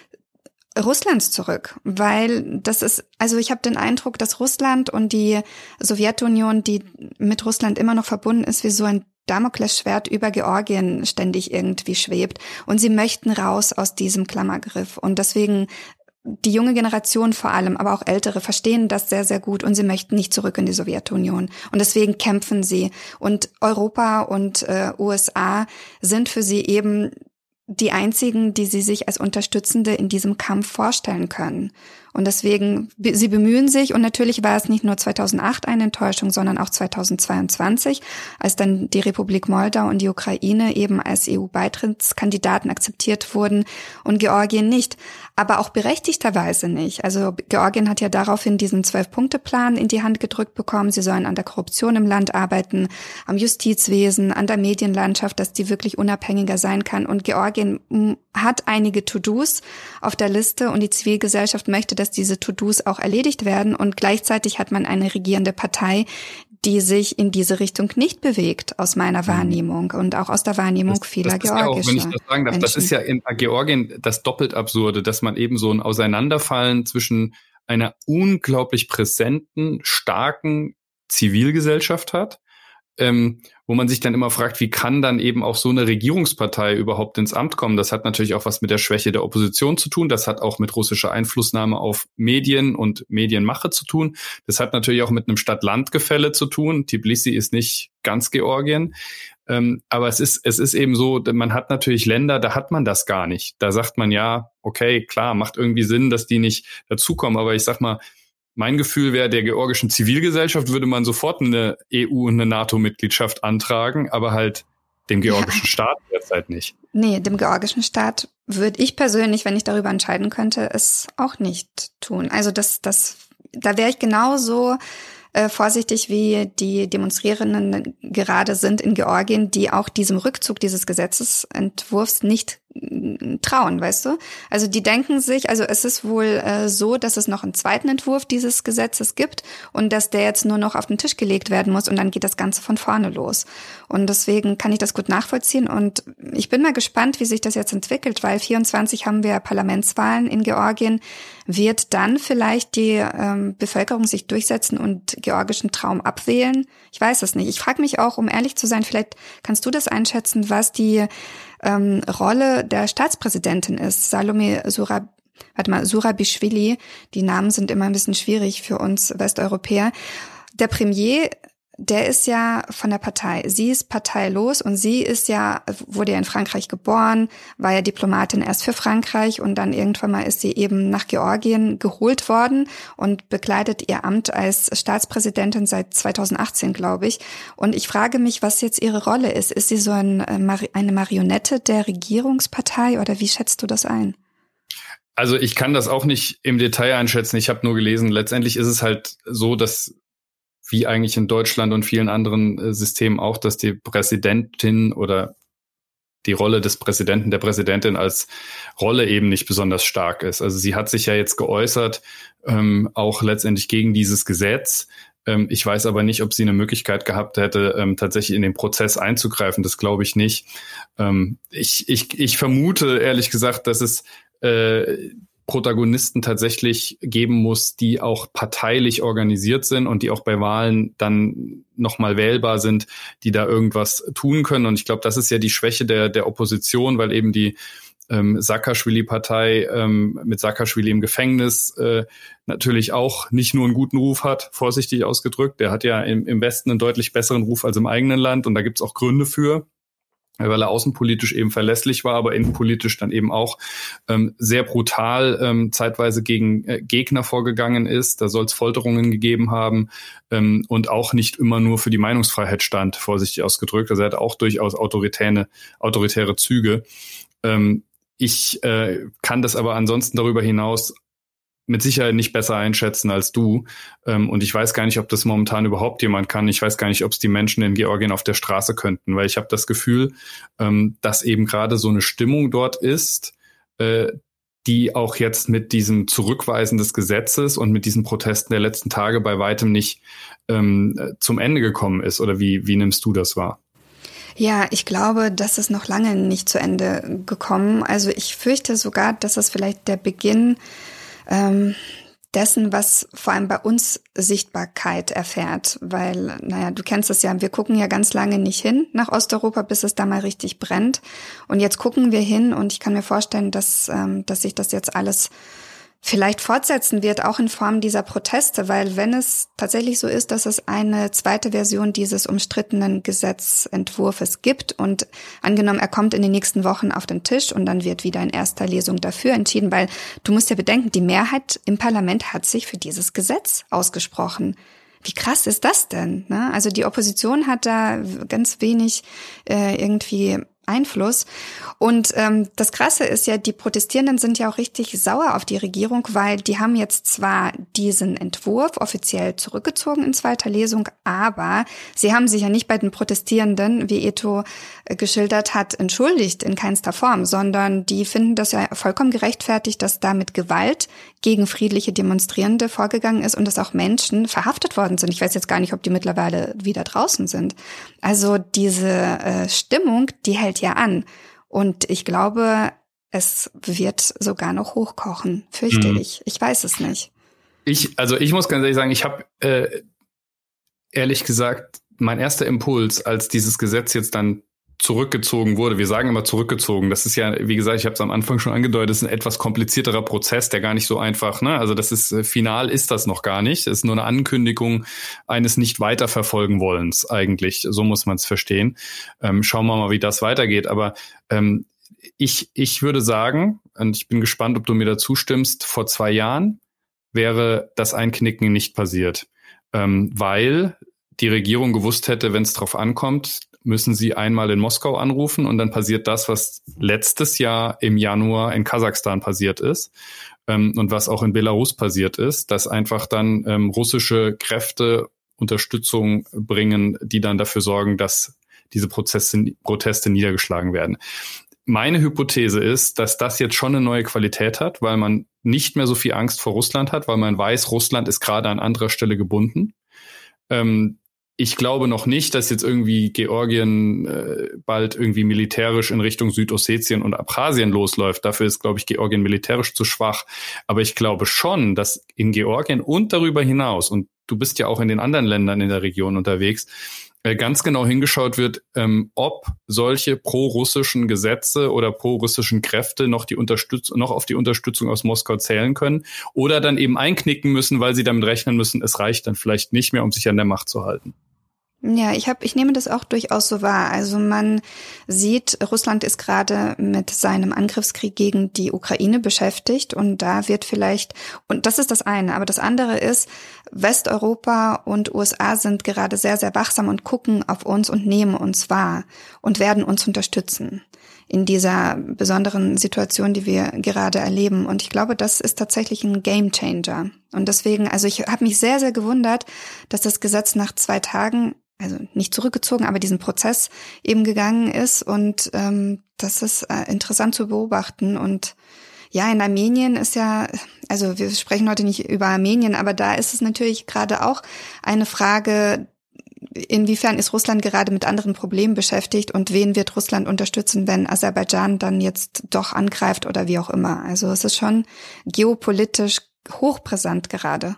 Russlands zurück, weil das ist, also ich habe den Eindruck, dass Russland und die Sowjetunion, die mit Russland immer noch verbunden ist, wie so ein Damoklesschwert über Georgien ständig irgendwie schwebt. Und sie möchten raus aus diesem Klammergriff. Und deswegen, die junge Generation vor allem, aber auch Ältere, verstehen das sehr, sehr gut und sie möchten nicht zurück in die Sowjetunion. Und deswegen kämpfen sie. Und Europa und äh, U S A sind für sie eben die einzigen, die sie sich als Unterstützende in diesem Kampf vorstellen können. Und deswegen, sie bemühen sich. Und natürlich war es nicht nur zweitausendacht eine Enttäuschung, sondern auch zweitausendzweiundzwanzig, als dann die Republik Moldau und die Ukraine eben als E U-Beitrittskandidaten akzeptiert wurden und Georgien nicht. Aber auch berechtigterweise nicht. Also Georgien hat ja daraufhin diesen Zwölf-Punkte-Plan in die Hand gedrückt bekommen. Sie sollen an der Korruption im Land arbeiten, am Justizwesen, an der Medienlandschaft, dass die wirklich unabhängiger sein kann. Und Georgien hat einige To-Dos auf der Liste und die Zivilgesellschaft möchte, dass diese To-Dos auch erledigt werden. Und gleichzeitig hat man eine regierende Partei, die sich in diese Richtung nicht bewegt, aus meiner Wahrnehmung und auch aus der Wahrnehmung das, vieler das ist georgischer ja auch, wenn ich das sagen darf, Menschen. Das ist ja in Georgien das doppelt Absurde, dass man eben so ein Auseinanderfallen zwischen einer unglaublich präsenten, starken Zivilgesellschaft hat, ähm, wo man sich dann immer fragt, wie kann dann eben auch so eine Regierungspartei überhaupt ins Amt kommen? Das hat natürlich auch was mit der Schwäche der Opposition zu tun. Das hat auch mit russischer Einflussnahme auf Medien und Medienmache zu tun. Das hat natürlich auch mit einem Stadt-Land-Gefälle zu tun. Tbilisi ist nicht ganz Georgien. Ähm, aber es ist, es ist eben so, man hat natürlich Länder, da hat man das gar nicht. Da sagt man ja, okay, klar, macht irgendwie Sinn, dass die nicht dazukommen. Aber ich sag mal, mein Gefühl wäre, der georgischen Zivilgesellschaft würde man sofort eine E U- und eine NATO-Mitgliedschaft antragen, aber halt dem georgischen ja. Staat derzeit nicht. Nee, dem georgischen Staat würde ich persönlich, wenn ich darüber entscheiden könnte, es auch nicht tun. Also das, das, da wäre ich genauso äh, vorsichtig, wie die Demonstrierenden gerade sind in Georgien, die auch diesem Rückzug dieses Gesetzesentwurfs nicht trauen, weißt du? Also die denken sich, also es ist wohl äh, so, dass es noch einen zweiten Entwurf dieses Gesetzes gibt und dass der jetzt nur noch auf den Tisch gelegt werden muss und dann geht das Ganze von vorne los. Und deswegen kann ich das gut nachvollziehen und ich bin mal gespannt, wie sich das jetzt entwickelt, weil vierundzwanzig haben wir Parlamentswahlen in Georgien. Wird dann vielleicht die ähm, Bevölkerung sich durchsetzen und georgischen Traum abwählen? Ich weiß es nicht. Ich frage mich auch, um ehrlich zu sein, vielleicht kannst du das einschätzen, was die ähm, Rolle der Staatspräsidentin ist. Salome Surab, warte mal, Zurabischvili, die Namen sind immer ein bisschen schwierig für uns Westeuropäer. Der Premier, der ist ja von der Partei. Sie ist parteilos und sie ist ja, wurde ja in Frankreich geboren, war ja Diplomatin erst für Frankreich und dann irgendwann mal ist sie eben nach Georgien geholt worden und bekleidet ihr Amt als Staatspräsidentin seit zweitausendachtzehn, glaube ich. Und ich frage mich, was jetzt ihre Rolle ist. Ist sie so ein, eine Marionette der Regierungspartei oder wie schätzt du das ein? Also ich kann das auch nicht im Detail einschätzen. Ich habe nur gelesen, letztendlich ist es halt so, dass wie eigentlich in Deutschland und vielen anderen äh, Systemen auch, dass die Präsidentin oder die Rolle des Präsidenten, der Präsidentin als Rolle eben nicht besonders stark ist. Also sie hat sich ja jetzt geäußert, ähm, auch letztendlich gegen dieses Gesetz. Ähm, ich weiß aber nicht, ob sie eine Möglichkeit gehabt hätte, ähm, tatsächlich in den Prozess einzugreifen. Das glaube ich nicht. Ähm, ich, ich, ich vermute, ehrlich gesagt, dass es äh, Protagonisten tatsächlich geben muss, die auch parteilich organisiert sind und die auch bei Wahlen dann nochmal wählbar sind, die da irgendwas tun können. Und ich glaube, das ist ja die Schwäche der der Opposition, weil eben die ähm, Saakaschwili-Partei ähm, mit Saakaschwili im Gefängnis äh, natürlich auch nicht nur einen guten Ruf hat, vorsichtig ausgedrückt. Der hat ja im, im Westen einen deutlich besseren Ruf als im eigenen Land und da gibt's auch Gründe für, weil er außenpolitisch eben verlässlich war, aber innenpolitisch dann eben auch ähm, sehr brutal ähm, zeitweise gegen äh, Gegner vorgegangen ist. Da soll es Folterungen gegeben haben ähm, und auch nicht immer nur für die Meinungsfreiheit stand, vorsichtig ausgedrückt. Also er hat auch durchaus autoritäre, autoritäre Züge. Ähm, ich äh, kann das aber ansonsten darüber hinaus mit Sicherheit nicht besser einschätzen als du. Und ich weiß gar nicht, ob das momentan überhaupt jemand kann. Ich weiß gar nicht, ob es die Menschen in Georgien auf der Straße könnten, weil ich habe das Gefühl, dass eben gerade so eine Stimmung dort ist, die auch jetzt mit diesem Zurückweisen des Gesetzes und mit diesen Protesten der letzten Tage bei weitem nicht ähm, zum Ende gekommen ist. Oder wie, wie nimmst du das wahr? Ja, ich glaube, das ist noch lange nicht zu Ende gekommen. Also ich fürchte sogar, dass das vielleicht der Beginn ähm, dessen, was vor allem bei uns Sichtbarkeit erfährt. Weil, naja, du kennst es ja, wir gucken ja ganz lange nicht hin nach Osteuropa, bis es da mal richtig brennt. Und jetzt gucken wir hin und ich kann mir vorstellen, dass, ähm, dass sich das jetzt alles vielleicht fortsetzen wird, auch in Form dieser Proteste, weil wenn es tatsächlich so ist, dass es eine zweite Version dieses umstrittenen Gesetzentwurfs gibt und angenommen, er kommt in den nächsten Wochen auf den Tisch und dann wird wieder in erster Lesung dafür entschieden, weil du musst ja bedenken, die Mehrheit im Parlament hat sich für dieses Gesetz ausgesprochen. Wie krass ist das denn? Ne? Also die Opposition hat da ganz wenig äh, irgendwie Einfluss. Und ähm, das Krasse ist ja, die Protestierenden sind ja auch richtig sauer auf die Regierung, weil die haben jetzt zwar diesen Entwurf offiziell zurückgezogen in zweiter Lesung, aber sie haben sich ja nicht bei den Protestierenden, wie Eto äh, geschildert hat, entschuldigt in keinster Form, sondern die finden das ja vollkommen gerechtfertigt, dass da mit Gewalt gegen friedliche Demonstrierende vorgegangen ist und dass auch Menschen verhaftet worden sind. Ich weiß jetzt gar nicht, ob die mittlerweile wieder draußen sind. Also diese äh, Stimmung, die hält ja an. Und ich glaube, es wird sogar noch hochkochen, fürchte mhm. ich. Ich weiß es nicht. Ich, also ich muss ganz ehrlich sagen, ich habe äh, ehrlich gesagt, mein erster Impuls, als dieses Gesetz jetzt dann zurückgezogen wurde, wir sagen immer zurückgezogen, das ist ja, wie gesagt, ich habe es am Anfang schon angedeutet, das ist ein etwas komplizierterer Prozess, der gar nicht so einfach, ne, also das ist, final ist das noch gar nicht, das ist nur eine Ankündigung eines nicht weiterverfolgen wollens eigentlich, so muss man es verstehen. Ähm, schauen wir mal, wie das weitergeht, aber ähm, ich, ich würde sagen, und ich bin gespannt, ob du mir dazu stimmst, vor zwei Jahren wäre das Einknicken nicht passiert, ähm, weil die Regierung gewusst hätte, wenn es drauf ankommt, müssen sie einmal in Moskau anrufen und dann passiert das, was letztes Jahr im Januar in Kasachstan passiert ist ähm, und was auch in Belarus passiert ist, dass einfach dann ähm, russische Kräfte Unterstützung bringen, die dann dafür sorgen, dass diese Prozesse, Proteste niedergeschlagen werden. Meine Hypothese ist, dass das jetzt schon eine neue Qualität hat, weil man nicht mehr so viel Angst vor Russland hat, weil man weiß, Russland ist gerade an anderer Stelle gebunden. Ähm, Ich glaube noch nicht, dass jetzt irgendwie Georgien äh, bald irgendwie militärisch in Richtung Südossetien und Abchasien losläuft. Dafür ist, glaube ich, Georgien militärisch zu schwach. Aber ich glaube schon, dass in Georgien und darüber hinaus, und du bist ja auch in den anderen Ländern in der Region unterwegs, äh, ganz genau hingeschaut wird, ähm, ob solche pro-russischen Gesetze oder pro-russischen Kräfte noch die Unterstützung, noch auf die Unterstützung aus Moskau zählen können oder dann eben einknicken müssen, weil sie damit rechnen müssen, es reicht dann vielleicht nicht mehr, um sich an der Macht zu halten. Ja, ich habe, ich nehme das auch durchaus so wahr. Also man sieht, Russland ist gerade mit seinem Angriffskrieg gegen die Ukraine beschäftigt und da wird vielleicht, und das ist das eine, aber das andere ist, Westeuropa und U S A sind gerade sehr, sehr wachsam und gucken auf uns und nehmen uns wahr und werden uns unterstützen in dieser besonderen Situation, die wir gerade erleben. Und ich glaube, das ist tatsächlich ein Gamechanger. Und deswegen, also ich habe mich sehr, sehr gewundert, dass das Gesetz nach zwei Tagen, also nicht zurückgezogen, aber diesen Prozess eben gegangen ist. Und ähm, das ist äh, interessant zu beobachten. Und ja, in Armenien ist ja, also wir sprechen heute nicht über Armenien, aber da ist es natürlich gerade auch eine Frage, inwiefern ist Russland gerade mit anderen Problemen beschäftigt und wen wird Russland unterstützen, wenn Aserbaidschan dann jetzt doch angreift oder wie auch immer. Also es ist schon geopolitisch hochbrisant gerade.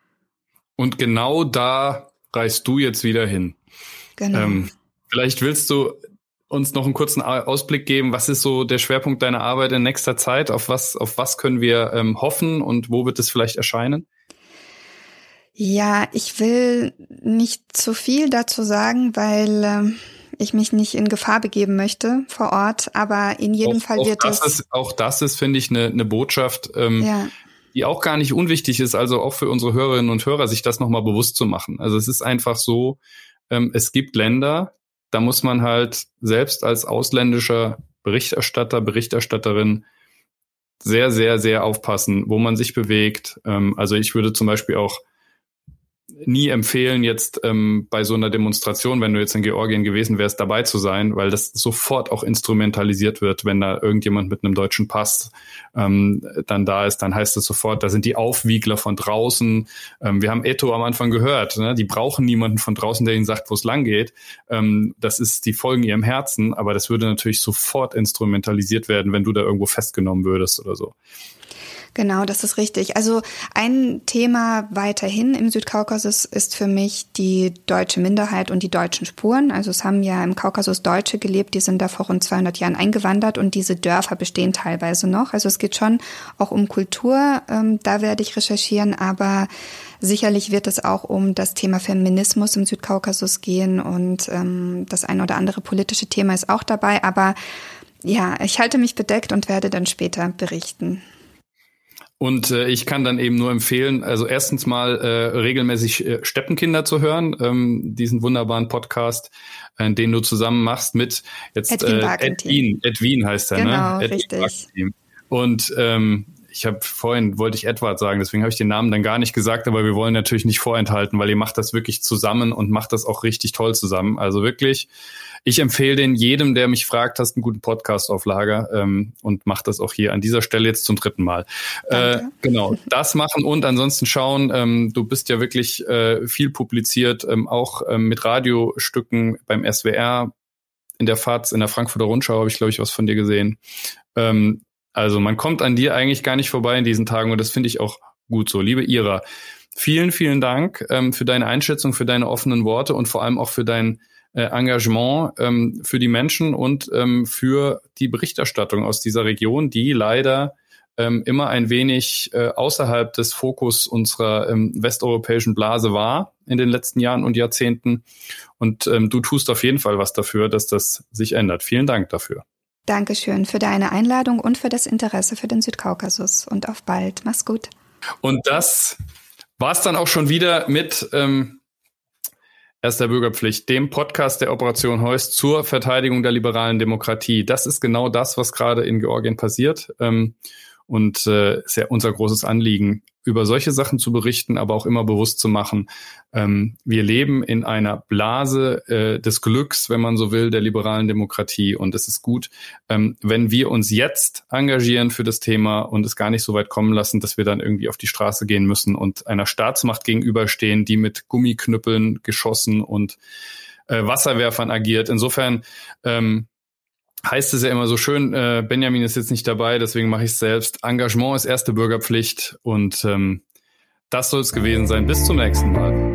Und genau da reist du jetzt wieder hin. Genau. Ähm, vielleicht willst du uns noch einen kurzen Ausblick geben. Was ist so der Schwerpunkt deiner Arbeit in nächster Zeit? Auf was, auf was können wir ähm, hoffen und wo wird es vielleicht erscheinen? Ja, ich will nicht zu viel dazu sagen, weil ähm, ich mich nicht in Gefahr begeben möchte vor Ort. Aber in jedem auch, Fall auch wird das es... Ist, auch das ist, finde ich, eine, eine Botschaft, ähm, ja. die auch gar nicht unwichtig ist, also auch für unsere Hörerinnen und Hörer, sich das nochmal bewusst zu machen. Also es ist einfach so, ähm, es gibt Länder, da muss man halt selbst als ausländischer Berichterstatter, Berichterstatterin sehr, sehr, sehr aufpassen, wo man sich bewegt. Ähm, also ich würde zum Beispiel auch nie empfehlen, jetzt ähm, bei so einer Demonstration, wenn du jetzt in Georgien gewesen wärst, dabei zu sein, weil das sofort auch instrumentalisiert wird, wenn da irgendjemand mit einem deutschen Pass ähm, dann da ist, dann heißt es sofort, da sind die Aufwiegler von draußen. Ähm, wir haben Eto am Anfang gehört, ne? Die brauchen niemanden von draußen, der ihnen sagt, wo es lang geht. Ähm, das ist, die folgen ihrem Herzen, aber das würde natürlich sofort instrumentalisiert werden, wenn du da irgendwo festgenommen würdest oder so. Genau, das ist richtig. Also ein Thema weiterhin im Südkaukasus ist für mich die deutsche Minderheit und die deutschen Spuren. Also es haben ja im Kaukasus Deutsche gelebt, die sind da vor rund zweihundert Jahren eingewandert und diese Dörfer bestehen teilweise noch. Also es geht schon auch um Kultur, ähm, da werde ich recherchieren, aber sicherlich wird es auch um das Thema Feminismus im Südkaukasus gehen und ähm, das ein oder andere politische Thema ist auch dabei. Aber ja, ich halte mich bedeckt und werde dann später berichten. Und äh, ich kann dann eben nur empfehlen, also erstens mal äh, regelmäßig äh, Steppenkinder zu hören, ähm, diesen wunderbaren Podcast, äh, den du zusammen machst mit jetzt Edwin äh, Barkentin. Edwin, Edwin heißt er, genau, ne? Edwin richtig. Barkentin. Und ähm, ich habe vorhin, wollte ich Edward sagen, deswegen habe ich den Namen dann gar nicht gesagt, aber wir wollen natürlich nicht vorenthalten, weil ihr macht das wirklich zusammen und macht das auch richtig toll zusammen. Also wirklich, ich empfehle den jedem, der mich fragt, hast einen guten Podcast auf Lager ähm, und macht das auch hier an dieser Stelle jetzt zum dritten Mal. Äh, genau, das machen und ansonsten schauen, ähm, du bist ja wirklich äh, viel publiziert, ähm, auch ähm, mit Radiostücken beim S W R, in der F A Z, in der Frankfurter Rundschau habe ich, glaube ich, was von dir gesehen. Ähm, also man kommt an dir eigentlich gar nicht vorbei in diesen Tagen und das finde ich auch gut so. Liebe Ira, vielen, vielen Dank ähm, für deine Einschätzung, für deine offenen Worte und vor allem auch für dein äh, Engagement ähm, für die Menschen und ähm, für die Berichterstattung aus dieser Region, die leider ähm, immer ein wenig äh, außerhalb des Fokus unserer ähm, westeuropäischen Blase war in den letzten Jahren und Jahrzehnten. Und ähm, du tust auf jeden Fall was dafür, dass das sich ändert. Vielen Dank dafür. Dankeschön für deine Einladung und für das Interesse für den Südkaukasus. Und auf bald. Mach's gut. Und das war's dann auch schon wieder mit ähm, Erster Bürgerpflicht, dem Podcast der Operation Heust zur Verteidigung der liberalen Demokratie. Das ist genau das, was gerade in Georgien passiert. Ähm, und äh, ist ja unser großes Anliegen, über solche Sachen zu berichten, aber auch immer bewusst zu machen, ähm, wir leben in einer Blase äh, des Glücks, wenn man so will, der liberalen Demokratie. Und es ist gut, ähm, wenn wir uns jetzt engagieren für das Thema und es gar nicht so weit kommen lassen, dass wir dann irgendwie auf die Straße gehen müssen und einer Staatsmacht gegenüberstehen, die mit Gummiknüppeln, Geschossen und äh, Wasserwerfern agiert. Insofern ähm, heißt es ja immer so schön, äh, Benjamin ist jetzt nicht dabei, deswegen mache ich es selbst. Engagement ist erste Bürgerpflicht und ähm, das soll es gewesen sein. Bis zum nächsten Mal.